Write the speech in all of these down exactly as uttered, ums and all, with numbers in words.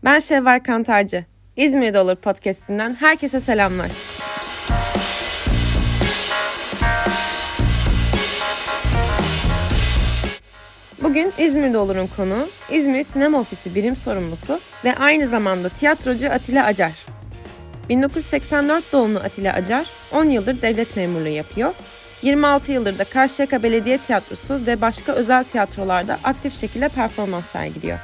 Ben Şevval Kantarcı. İzmir'de Olur podcast'inden herkese selamlar. Bugün İzmir'de Olur'un konuğu İzmir Sinema Ofisi birim sorumlusu ve aynı zamanda tiyatrocu Atilla Acar. bin dokuz yüz seksen dört doğumlu Atilla Acar, on yıldır devlet memurluğu yapıyor. yirmi altı yıldır da Karşıyaka Belediye Tiyatrosu ve başka özel tiyatrolarda aktif şekilde performans sergiliyor.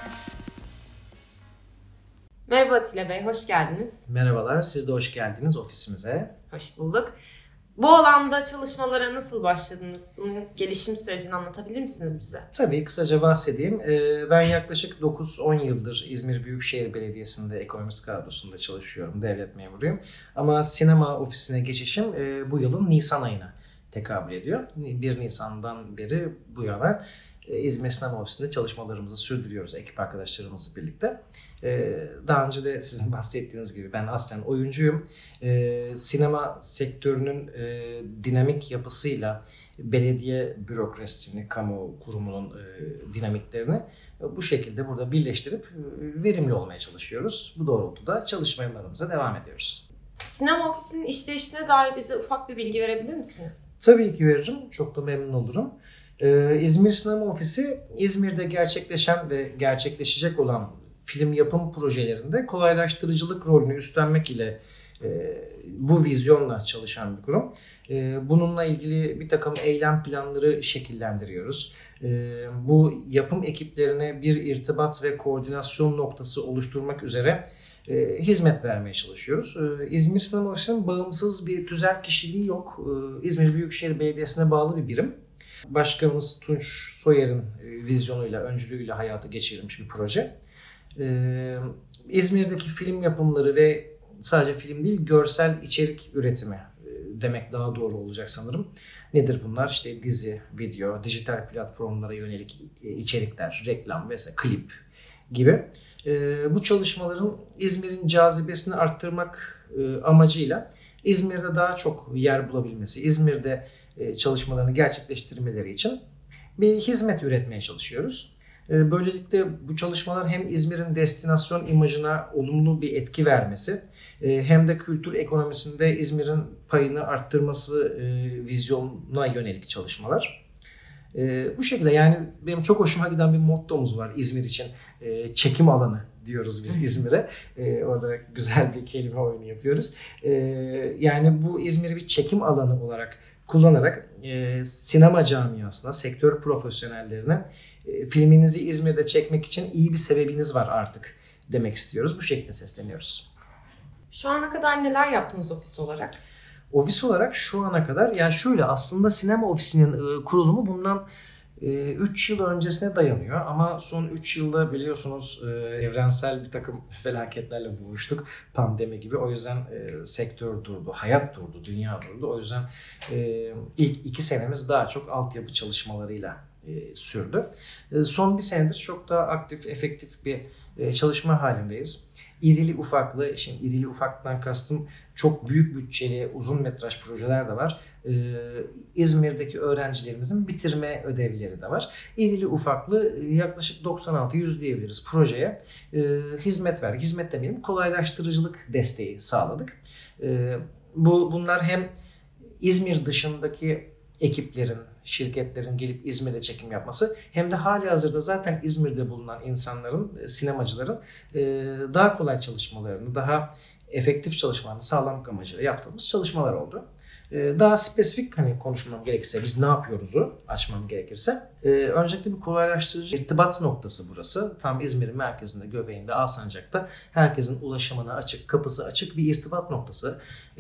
Merhaba Atilla Bey, hoş geldiniz. Merhabalar, siz de hoş geldiniz ofisimize. Hoş bulduk. Bu alanda çalışmalara nasıl başladınız? Bunun gelişim sürecini anlatabilir misiniz bize? Tabii, kısaca bahsedeyim. Ben yaklaşık dokuz on yıldır İzmir Büyükşehir Belediyesi'nde ekonomist kadrosunda çalışıyorum, devlet memuruyum. Ama sinema ofisine geçişim bu yılın Nisan ayına tekabül ediyor. bir Nisan'dan beri bu yana İzmir Sinema Ofisi'nde çalışmalarımızı sürdürüyoruz ekip arkadaşlarımızla birlikte. Daha önce de sizin bahsettiğiniz gibi ben aslen oyuncuyum. Sinema sektörünün dinamik yapısıyla belediye bürokrasisini, kamu kurumunun dinamiklerini bu şekilde burada birleştirip verimli olmaya çalışıyoruz. Bu doğrultuda çalışmalarımıza devam ediyoruz. Sinema ofisinin işleyişine dair bize ufak bir bilgi verebilir misiniz? Tabii ki veririm. Çok da memnun olurum. Ee, İzmir Sinema Ofisi, İzmir'de gerçekleşen ve gerçekleşecek olan film yapım projelerinde kolaylaştırıcılık rolünü üstlenmek ile e, bu vizyonla çalışan bir kurum. E, bununla ilgili bir takım eylem planları şekillendiriyoruz. E, bu yapım ekiplerine bir irtibat ve koordinasyon noktası oluşturmak üzere E, hizmet vermeye çalışıyoruz. E, İzmir Sinema Ofisi'nin bağımsız bir tüzel kişiliği yok. E, İzmir Büyükşehir Belediyesi'ne bağlı bir birim. Başkanımız Tunç Soyer'in e, vizyonuyla, öncülüğüyle hayata geçirilmiş bir proje. E, İzmir'deki film yapımları ve sadece film değil, görsel içerik üretimi e, demek daha doğru olacak sanırım. Nedir bunlar? İşte dizi, video, dijital platformlara yönelik içerikler, reklam vesaire, klip gibi. E, bu çalışmaların İzmir'in cazibesini arttırmak e, amacıyla İzmir'de daha çok yer bulabilmesi, İzmir'de e, çalışmalarını gerçekleştirmeleri için bir hizmet üretmeye çalışıyoruz. E, böylelikle bu çalışmalar hem İzmir'in destinasyon imajına olumlu bir etki vermesi, e, hem de kültür ekonomisinde İzmir'in payını arttırması e, vizyonuna yönelik çalışmalar. E, bu şekilde, yani benim çok hoşuma giden bir mottomuz var İzmir için. E, çekim alanı diyoruz biz İzmir'e. E, orada güzel bir kelime oyunu yapıyoruz. E, yani bu İzmir'i bir çekim alanı olarak kullanarak e, sinema camiasına, sektör profesyonellerine e, filminizi İzmir'de çekmek için iyi bir sebebiniz var artık demek istiyoruz. Bu şekilde sesleniyoruz. Şu ana kadar neler yaptınız ofis olarak? Ofis olarak şu ana kadar, yani şöyle, aslında sinema ofisinin e, kurulumu bundan üç yıl öncesine dayanıyor ama son üç yılda biliyorsunuz evrensel bir takım felaketlerle boğuştuk. Pandemi gibi. O yüzden sektör durdu, hayat durdu, dünya durdu. O yüzden ilk iki senemiz daha çok altyapı çalışmalarıyla sürdü. Son bir senedir çok daha aktif, efektif bir çalışma halindeyiz. İrili ufaklı, şimdi irili ufaktan kastım çok büyük bütçeli uzun metraj projeler de var. Ee, İzmir'deki öğrencilerimizin bitirme ödevleri de var. İrili ufaklı yaklaşık doksan altı yüz diyebiliriz projeye e, hizmet verdik. Hizmet demeyelim, kolaylaştırıcılık desteği sağladık. E, bu bunlar hem İzmir dışındaki ekiplerin, şirketlerin gelip İzmir'de çekim yapması, hem de halihazırda zaten İzmir'de bulunan insanların, sinemacıların daha kolay çalışmalarını, daha efektif çalışmalarını sağlamak amacıyla yaptığımız çalışmalar oldu. Daha spesifik hani konuşmam gerekirse, biz ne yapıyoruzu açmam gerekirse, öncelikle bir kolaylaştırıcı irtibat noktası burası. Tam İzmir'in merkezinde, göbeğinde, Alsancak'ta herkesin ulaşımına açık, kapısı açık bir irtibat noktası.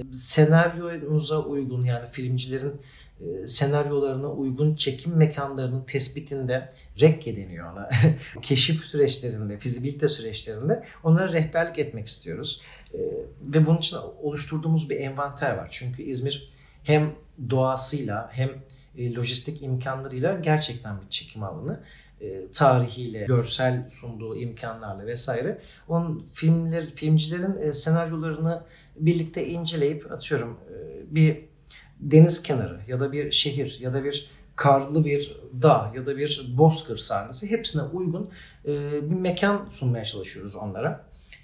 Senaryonuza uygun, yani filmcilerin senaryolarına uygun çekim mekanlarının tespitinde, rekke deniyor ona, keşif süreçlerinde, fizibilite süreçlerinde onlara rehberlik etmek istiyoruz. Ve bunun için oluşturduğumuz bir envanter var. Çünkü İzmir hem doğasıyla hem lojistik imkanlarıyla gerçekten bir çekim alanı. Tarihiyle, görsel sunduğu imkanlarla vesaire. Onun filmler, filmcilerin senaryolarını birlikte inceleyip, atıyorum bir deniz kenarı ya da bir şehir ya da bir karlı bir dağ ya da bir bozkır sahnesi, hepsine uygun bir mekan sunmaya çalışıyoruz onlara.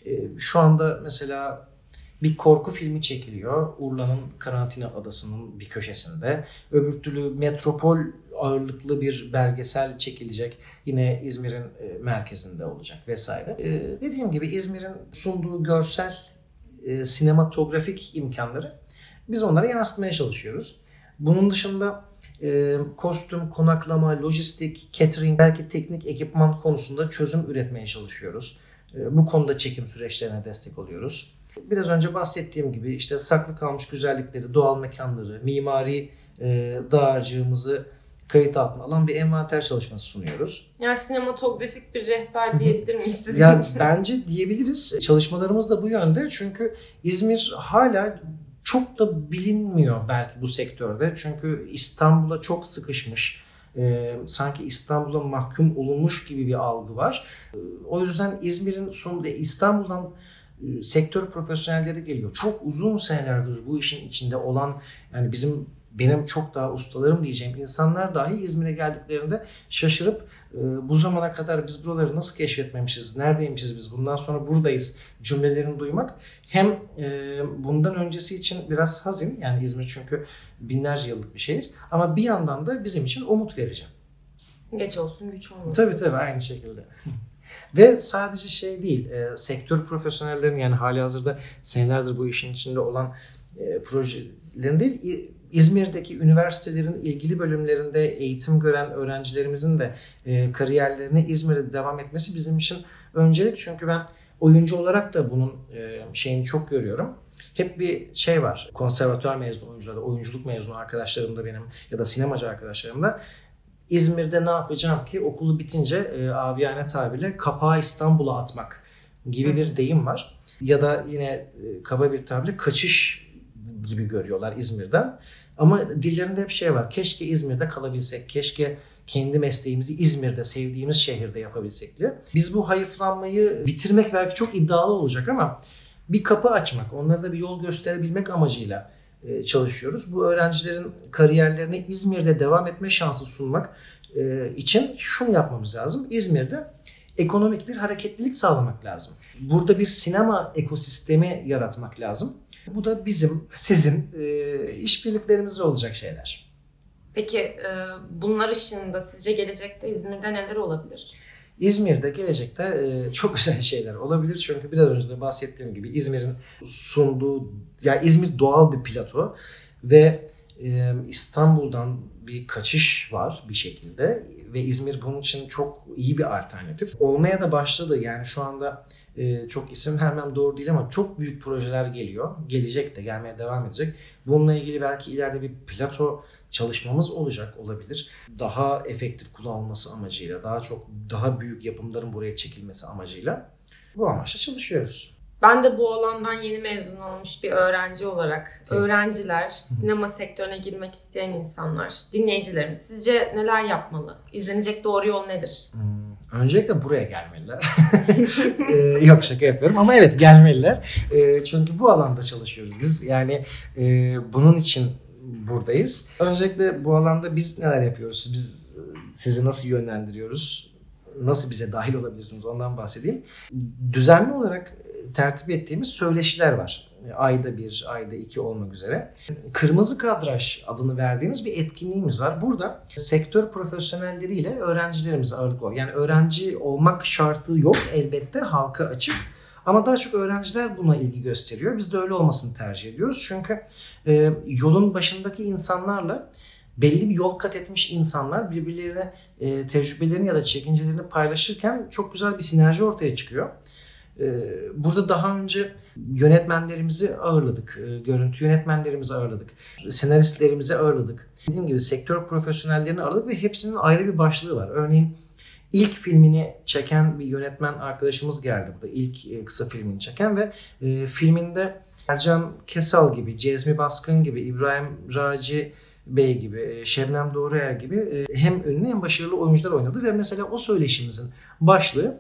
Şu anda mesela bir korku filmi çekiliyor Urla'nın Karantina Adası'nın bir köşesinde. Öbür türlü metropol ağırlıklı bir belgesel çekilecek. Yine İzmir'in merkezinde olacak vesaire. Dediğim gibi İzmir'in sunduğu görsel, sinematografik imkanları biz onlara yansıtmaya çalışıyoruz. Bunun dışında e, kostüm, konaklama, lojistik, catering, belki teknik ekipman konusunda çözüm üretmeye çalışıyoruz. E, bu konuda çekim süreçlerine destek oluyoruz. Biraz önce bahsettiğim gibi işte saklı kalmış güzellikleri, doğal mekanları, mimari e, dağarcığımızı kayıt altına alan bir envanter çalışması sunuyoruz. Yani sinematografik bir rehber diyebilir miyiz sizin yani için? Bence diyebiliriz. Çalışmalarımız da bu yönde. Çünkü İzmir hala çok da bilinmiyor belki bu sektörde. Çünkü İstanbul'a çok sıkışmış. Ee, sanki İstanbul'a mahkum olunmuş gibi bir algı var. Ee, o yüzden İzmir'in sunduğu İstanbul'dan e, sektör profesyonelleri geliyor. Çok uzun senelerdir bu işin içinde olan, yani bizim benim çok daha ustalarım diyeceğim insanlar dahi İzmir'e geldiklerinde şaşırıp e, bu zamana kadar biz buraları nasıl keşfetmemişiz, neredeymişiz biz, bundan sonra buradayız cümlelerini duymak hem e, bundan öncesi için biraz hazin, yani İzmir çünkü binlerce yıllık bir şehir, ama bir yandan da bizim için umut verici. Geç olsun güç olmasın. Tabii tabii aynı şekilde. Ve sadece şey değil, e, sektör profesyonellerinin, yani hali hazırda senelerdir bu işin içinde olan e, projelerin değil, İzmir'deki üniversitelerin ilgili bölümlerinde eğitim gören öğrencilerimizin de e, kariyerlerine İzmir'de devam etmesi bizim için öncelik. Çünkü ben oyuncu olarak da bunun e, şeyini çok görüyorum. Hep bir şey var, konservatuvar mezunu oyuncularda, oyunculuk mezunu arkadaşlarım da benim ya da sinemacı arkadaşlarım da, İzmir'de ne yapacağım ki okulu bitince e, abiyane tabirle kapağı İstanbul'a atmak gibi bir deyim var. Ya da yine e, kaba bir tabirle kaçış gibi görüyorlar İzmir'den. Ama dillerinde hep şey var. Keşke İzmir'de kalabilsek. Keşke kendi mesleğimizi İzmir'de, sevdiğimiz şehirde yapabilsek diye. Biz bu hayıflanmayı bitirmek belki çok iddialı olacak ama bir kapı açmak, onlara da bir yol gösterebilmek amacıyla çalışıyoruz. Bu öğrencilerin kariyerlerine İzmir'de devam etme şansı sunmak için şunu yapmamız lazım. İzmir'de ekonomik bir hareketlilik sağlamak lazım. Burada bir sinema ekosistemi yaratmak lazım. Bu da bizim, sizin e, işbirliklerimizle olacak şeyler. Peki e, bunlar ışığında sizce gelecekte İzmir'de neler olabilir? İzmir'de gelecekte e, çok güzel şeyler olabilir. Çünkü biraz önce de bahsettiğim gibi İzmir'in sunduğu, yani İzmir doğal bir plato ve e, İstanbul'dan bir kaçış var bir şekilde ve İzmir bunun için çok iyi bir alternatif. Olmaya da başladı. Yani şu anda e, çok isim vermem doğru değil ama çok büyük projeler geliyor. Gelecek de, gelmeye devam edecek. Bununla ilgili belki ileride bir plato çalışmamız olacak, olabilir. Daha efektif kullanılması amacıyla, daha çok daha büyük yapımların buraya çekilmesi amacıyla bu amaçla çalışıyoruz. Ben de bu alandan yeni mezun olmuş bir öğrenci olarak, Tabii. öğrenciler, sinema sektörüne girmek isteyen insanlar, dinleyicilerimiz sizce neler yapmalı? İzlenecek doğru yol nedir? Hmm, öncelikle buraya gelmeliler. ee, yok şaka yapıyorum ama evet gelmeliler. Ee, çünkü bu alanda çalışıyoruz biz. Yani e, bunun için buradayız. Öncelikle bu alanda biz neler yapıyoruz? Biz sizi nasıl yönlendiriyoruz? Nasıl bize dahil olabilirsiniz? Ondan bahsedeyim. Düzenli olarak tertip ettiğimiz söyleşiler var. Ayda bir, ayda iki olmak üzere. Kırmızı Kadraj adını verdiğimiz bir etkinliğimiz var. Burada sektör profesyonelleriyle öğrencilerimiz ağırlıklı oluyor. Yani öğrenci olmak şartı yok elbette, halka açık. Ama daha çok öğrenciler buna ilgi gösteriyor. Biz de öyle olmasını tercih ediyoruz. Çünkü e, yolun başındaki insanlarla belli bir yol kat etmiş insanlar birbirlerine e, tecrübelerini ya da çekincelerini paylaşırken çok güzel bir sinerji ortaya çıkıyor. Burada daha önce yönetmenlerimizi ağırladık, görüntü yönetmenlerimizi ağırladık, senaristlerimizi ağırladık. Dediğim gibi sektör profesyonellerini ağırladık ve hepsinin ayrı bir başlığı var. Örneğin ilk filmini çeken bir yönetmen arkadaşımız geldi burada. İlk kısa filmini çeken ve filminde Ercan Kesal gibi, Cezmi Baskın gibi, İbrahim Raci Bey gibi, Şebnem Doğruer gibi hem ünlü hem başarılı oyuncular oynadı ve mesela o söyleşimizin başlığı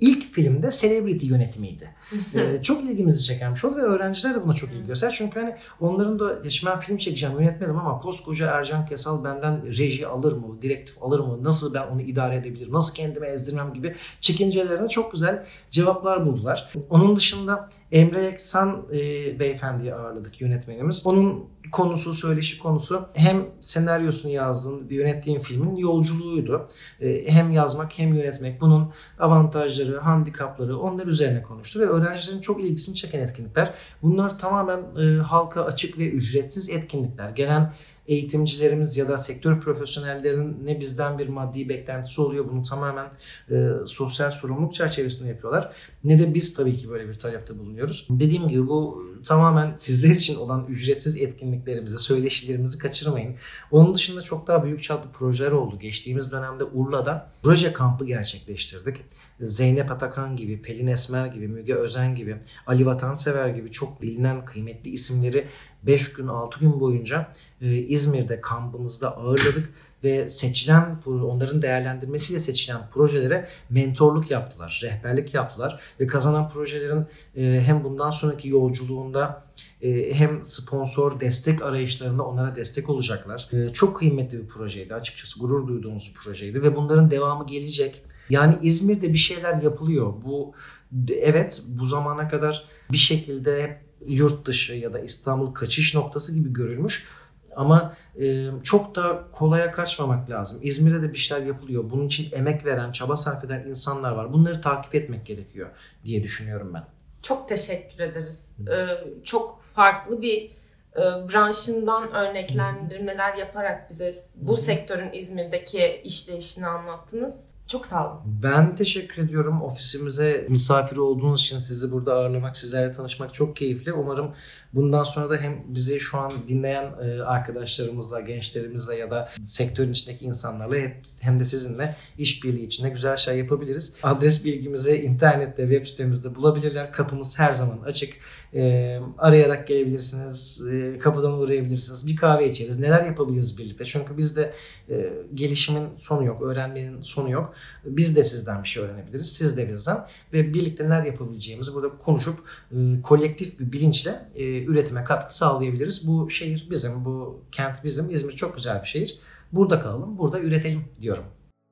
ilk filmde celebrity yönetimiydi. ee, çok ilgimizi çeken bir şey oldu ve öğrenciler de buna çok ilgi göster. Çünkü hani onların da şimdi ben film çekeceğim, yönetmedim ama koskoca Ercan Kesal benden reji alır mı, direktif alır mı, nasıl ben onu idare edebilirim, nasıl kendime ezdirmem gibi çekincelerine çok güzel cevaplar buldular. Onun dışında Emre Eksan e, beyefendiyi ağırladık, yönetmenimiz. Onun konusu, söyleşi konusu hem senaryosunu yazdığın, yönettiğin filmin yolculuğuydu. E, hem yazmak hem yönetmek, bunun avantajları, handikapları, onlar üzerine konuştu ve öğrencilerin çok ilgisini çeken etkinlikler. Bunlar tamamen e, halka açık ve ücretsiz etkinlikler. Gelen eğitimcilerimiz ya da sektör profesyonellerinin ne bizden bir maddi beklentisi oluyor, bunu tamamen e, sosyal sorumluluk çerçevesinde yapıyorlar, ne de biz tabii ki böyle bir talepte bulunuyoruz. Dediğim gibi bu tamamen sizler için olan ücretsiz etkinliklerimizi, söyleşilerimizi kaçırmayın. Onun dışında çok daha büyük çaplı projeler oldu. Geçtiğimiz dönemde Urla'da proje kampı gerçekleştirdik. Zeynep Atakan gibi, Pelin Esmer gibi, Müge Özen gibi, Ali Vatansever gibi çok bilinen kıymetli isimleri beş gün altı gün boyunca e, İzmir'de kampımızda ağırladık ve seçilen, onların değerlendirmesiyle seçilen projelere mentorluk yaptılar, rehberlik yaptılar ve kazanan projelerin e, hem bundan sonraki yolculuğunda e, hem sponsor destek arayışlarında onlara destek olacaklar. E, çok kıymetli bir projeydi, açıkçası gurur duyduğumuz bir projeydi ve bunların devamı gelecek. Yani İzmir'de bir şeyler yapılıyor. Bu evet, bu zamana kadar bir şekilde hep yurt dışı ya da İstanbul kaçış noktası gibi görülmüş. Ama e, çok da kolaya kaçmamak lazım. İzmir'de de bir şeyler yapılıyor. Bunun için emek veren, çaba sarf eden insanlar var. Bunları takip etmek gerekiyor diye düşünüyorum ben. Çok teşekkür ederiz. Ee, çok farklı bir e, branşından örneklendirmeler yaparak bize bu Hı-hı. sektörün İzmir'deki işleyişini anlattınız. Çok sağ olun. Ben teşekkür ediyorum. Ofisimize misafir olduğunuz için sizi burada ağırlamak, sizlerle tanışmak çok keyifli. Umarım bundan sonra da hem bizi şu an dinleyen arkadaşlarımızla, gençlerimizle ya da sektörün içindeki insanlarla hem de sizinle işbirliği içinde güzel şey yapabiliriz. Adres bilgimizi internette, web sitemizde bulabilirler. Kapımız her zaman açık. E, arayarak gelebilirsiniz, e, kapıdan uğrayabilirsiniz, bir kahve içeriz, neler yapabiliriz birlikte. Çünkü bizde e, gelişimin sonu yok, öğrenmenin sonu yok. Biz de sizden bir şey öğrenebiliriz, siz de bizden ve birlikte neler yapabileceğimizi burada konuşup e, kolektif bir bilinçle e, üretime katkı sağlayabiliriz. Bu şehir bizim, bu kent bizim, İzmir çok güzel bir şehir. Burada kalalım, burada üretelim diyorum.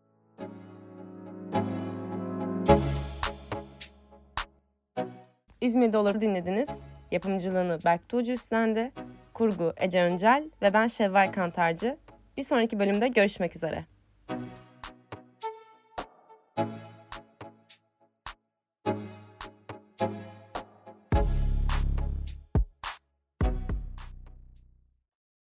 İzmir'de Olur'u dinlediniz. Yapımcılığını Berk Tuğcu üstlendi. Kurgu Ece Öncel ve ben Şevval Kantarcı. Bir sonraki bölümde görüşmek üzere.